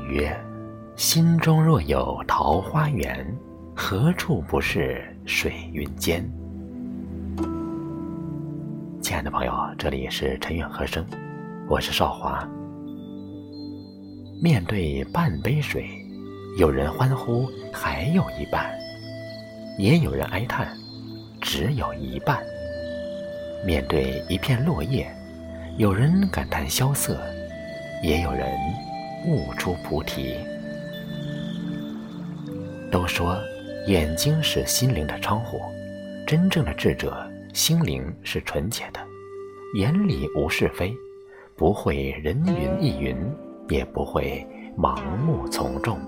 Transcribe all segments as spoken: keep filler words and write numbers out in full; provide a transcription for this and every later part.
曰：心中若有桃花源，何处不是水云间。亲爱的朋友，这里是陈远和声，我是少华。面对半杯水，有人欢呼还有一半，也有人哀叹只有一半。面对一片落叶，有人感叹萧瑟，也有人悟出菩提。都说眼睛是心灵的窗户，真正的智者心灵是纯洁的，眼里无是非，不会人云亦云，也不会盲目从众。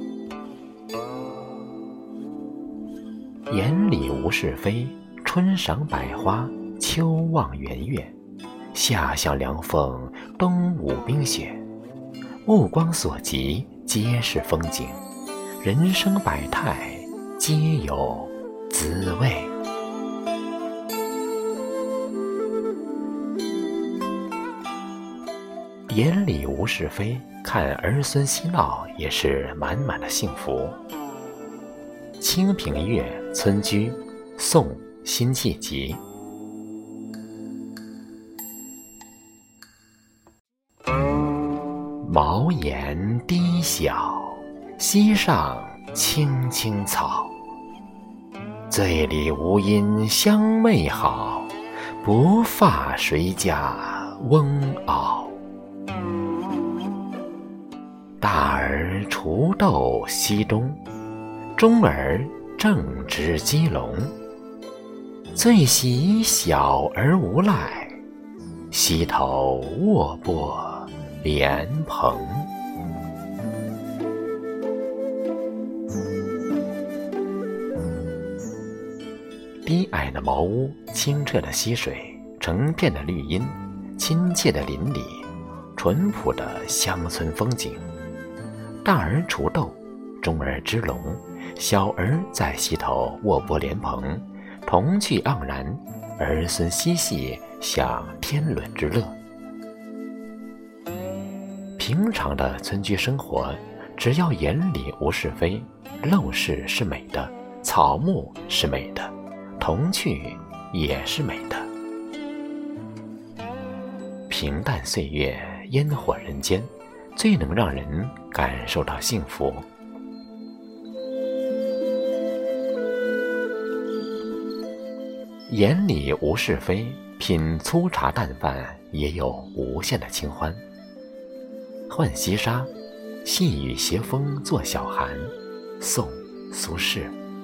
眼里无是非，春赏百花，秋望圆月，夏向凉风，冬舞冰雪。目光所及皆是风景，人生百态皆有滋味。眼里无是非，看儿孙嬉闹也是满满的幸福。清平乐·村居，宋·辛弃疾。茅檐低小，溪上青青草。醉里吴音相媚好，不发谁家翁媪。大儿锄豆溪中，中儿正值鸡笼。最喜小儿无赖，溪头卧拨莲蓬。低矮的茅屋，清澈的溪水，成片的绿荫，亲切的邻里，淳朴的乡村风景。大儿锄豆，中儿支笼，小儿在溪头卧拨莲蓬，童趣盎然，儿孙嬉戏，享天伦之乐。平常的村居生活，只要眼里无是非，陋室是美的，草木是美的，童趣也是美的。平淡岁月，烟火人间，最能让人感受到幸福。眼里无是非，品粗茶淡饭也有无限的清欢。浣溪沙，细雨斜风作晓寒，宋·苏轼。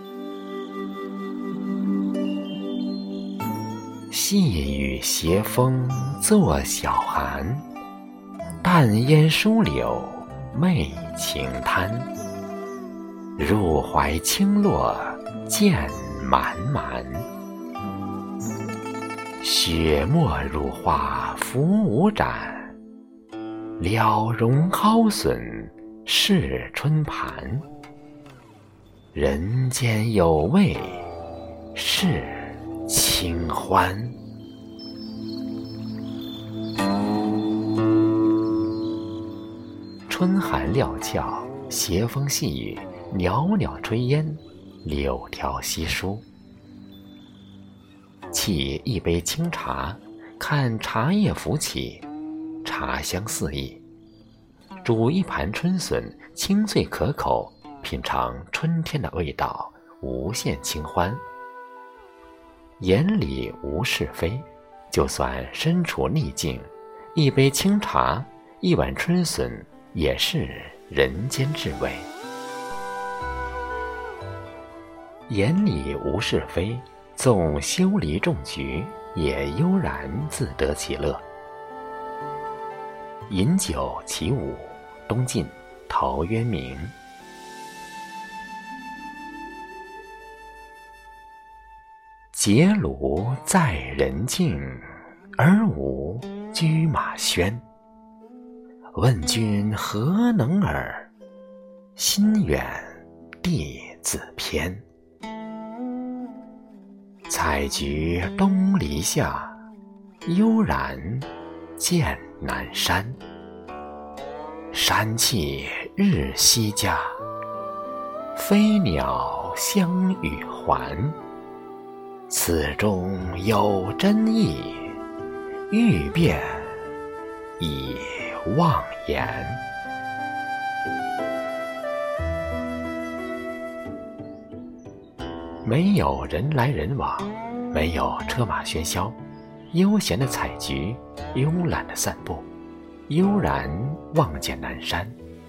细雨斜风作晓寒，淡烟疏柳媚晴滩。入怀清落渐满满，雪沫如花浮无展。了容蒿笋是春盘，人间有味是清欢。春寒料峭，斜风细雨，袅袅炊烟，柳条稀疏。沏一杯清茶，看茶叶浮起，茶香四溢。煮一盘春笋，清脆可口，品尝春天的味道，无限清欢。眼里无是非，就算身处逆境，一杯清茶，一碗春笋，也是人间至味。眼里无是非，纵修篱种菊，也悠然自得其乐。饮酒起舞，东晋陶渊明。结庐在人境，而吾居马轩。问君何能尔？心远地自偏。采菊东篱下，悠然见南山。 山气日夕佳，飞鸟相与还。此中有真意，欲辨已忘言。没有人来人往，没有车马喧嚣，悠闲的采菊，慵懒的散步，悠然望见南山。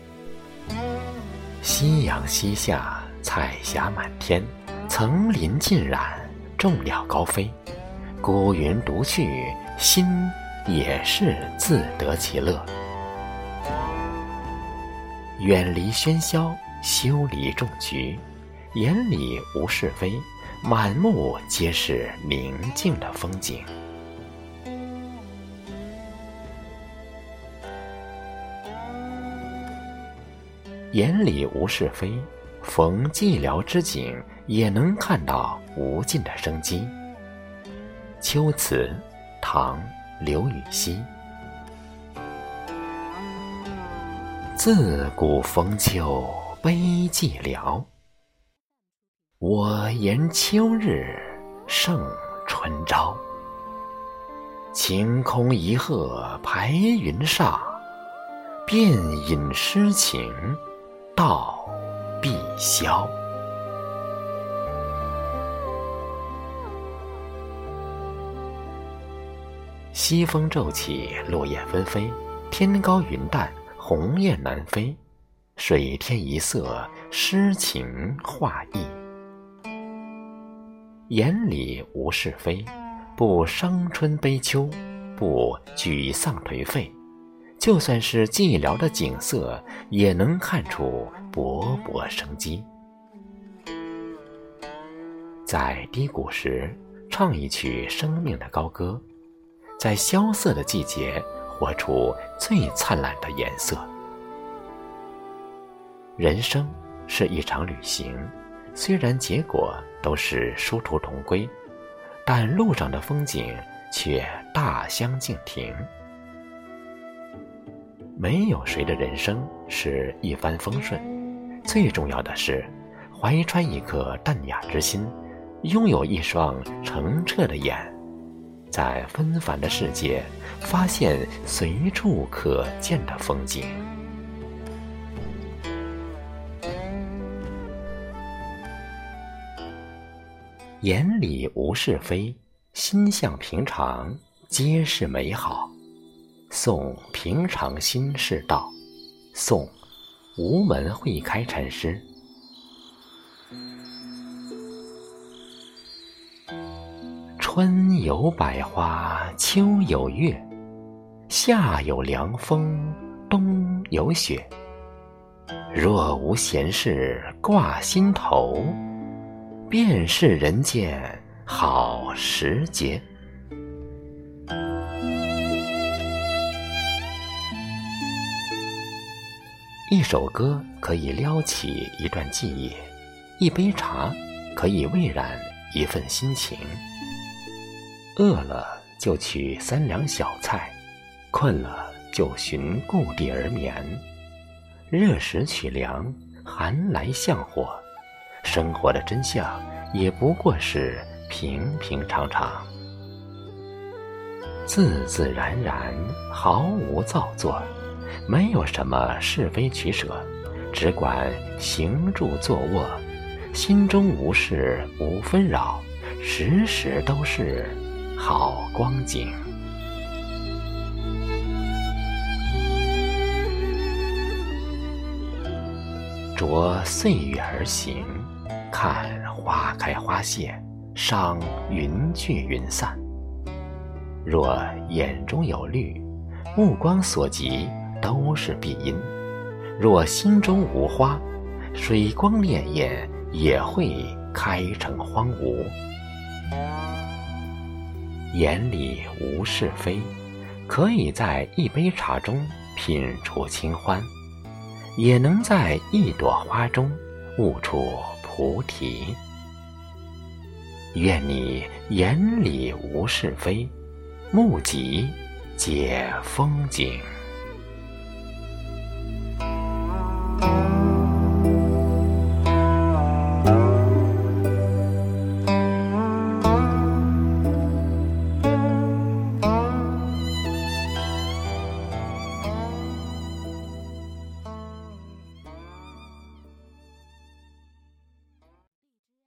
夕阳西下，彩霞满天，层林尽染，众鸟高飞，孤云独去，心也是自得其乐。远离喧嚣，修篱种菊，眼里无是非，满目皆是宁静的风景。眼里无是非，逢寂寥之景，也能看到无尽的生机。秋词，唐，刘禹锡。自古逢秋悲寂寥，我言秋日胜春朝。晴空一鹤排云上，便引诗情到碧霄。西风骤起，落叶纷飞，天高云淡，鸿雁南飞，水天一色，诗情画意。眼里无是非，不伤春悲秋，不沮丧颓废，就算是寂寥的景色，也能看出勃勃生机。在低谷时唱一曲生命的高歌，在萧瑟的季节活出最灿烂的颜色。人生是一场旅行，虽然结果都是殊途同归，但路上的风景却大相径庭。没有谁的人生是一帆风顺，最重要的是怀揣一颗淡雅之心，拥有一双澄澈的眼，在纷繁的世界发现随处可见的风景。眼里无是非，心向平常，皆是美好。诵平常心是道，宋，无门慧开禅师。春有百花，秋有月，夏有凉风，冬有雪。若无闲事挂心头，便是人间好时节。一首歌可以撩起一段记忆，一杯茶可以蔚染一份心情。饿了就取三两小菜，困了就寻故地而眠。热时取凉，寒来向火，生活的真相也不过是平平常常，自自然然，毫无造作，没有什么是非取舍，只管行住坐卧，心中无事无纷扰，时时都是好光景。着岁月而行，看花开花谢，赏云聚云散。若眼中有绿，目光所及都是碧荫；若心中无花，水光潋滟也会开成荒芜。眼里无是非，可以在一杯茶中品出清欢，也能在一朵花中悟出菩提。愿你眼里无是非，目及皆风景。